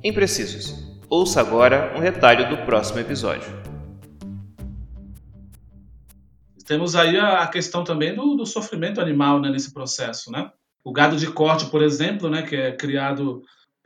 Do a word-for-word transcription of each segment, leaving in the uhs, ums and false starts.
Imprecisos. Ouça agora um retalho do próximo episódio. Temos aí a questão também do, do sofrimento animal, né, nesse processo, né? O gado de corte, por exemplo, né, que é criado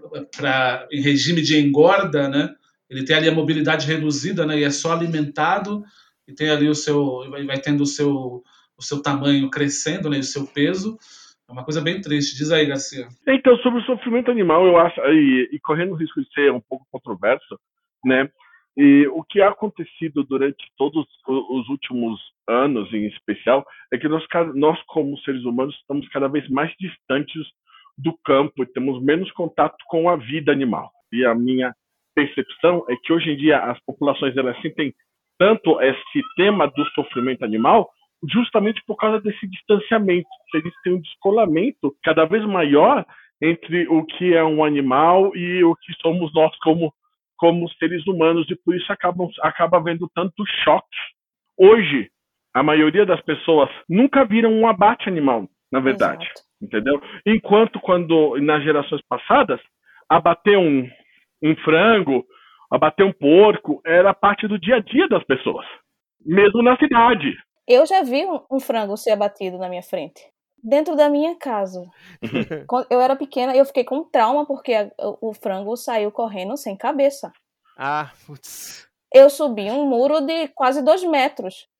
pra, em regime de engorda, né? Ele tem ali a mobilidade reduzida, né, e é só alimentado e tem ali o seu, vai, vai tendo o seu, o seu tamanho crescendo, né, e o seu peso. É uma coisa bem triste. Diz aí, Garcia. Então, sobre o sofrimento animal, eu acho, e, e correndo o risco de ser um pouco controverso, né? E o que ha acontecido durante todos os últimos anos, em especial, é que nós, nós como seres humanos, estamos cada vez mais distantes do campo e temos menos contato com a vida animal. E a minha percepção é que hoje em dia as populações elas sentem tanto esse tema do sofrimento animal justamente por causa desse distanciamento. Eles têm um descolamento cada vez maior entre o que é um animal e o que somos nós como como seres humanos, e por isso acabam, acaba havendo tanto choque. Hoje, a maioria das pessoas nunca viram um abate animal, na verdade. Exato. Entendeu? Enquanto quando, nas gerações passadas, abater um, um frango, abater um porco, era parte do dia a dia das pessoas, mesmo na cidade. Eu já vi um, um frango ser abatido na minha frente. Dentro da minha casa. Quando eu era pequena, eu fiquei com trauma porque a, o, o frango saiu correndo sem cabeça. Ah, putz. Eu subi um muro de quase dois metros.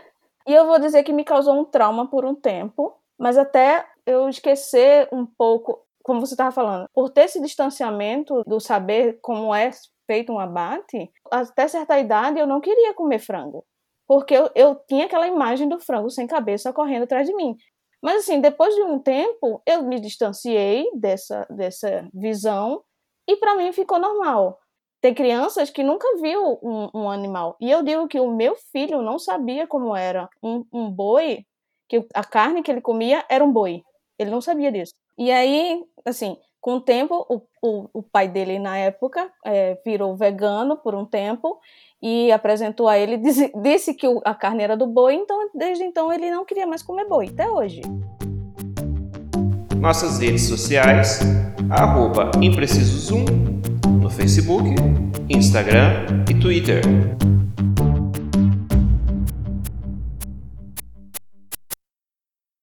E eu vou dizer que me causou um trauma por um tempo, mas até eu esquecer um pouco, como você estava falando, por ter esse distanciamento do saber como é feito um abate, até certa idade eu não queria comer frango. Porque eu, eu tinha aquela imagem do frango sem cabeça correndo atrás de mim. Mas, assim, depois de um tempo, eu me distanciei dessa, dessa visão e, para mim, ficou normal. Tem crianças que nunca viu um, um animal. E eu digo que o meu filho não sabia como era um, um boi, que a carne que ele comia era um boi. Ele não sabia disso. E aí, assim, com o tempo, o, o, o pai dele, na época, é, virou vegano por um tempo e apresentou a ele, disse, disse que a carne era do boi, então desde então ele não queria mais comer boi, até hoje. Nossas redes sociais, arroba Imprecisos um, no Facebook, Instagram e Twitter.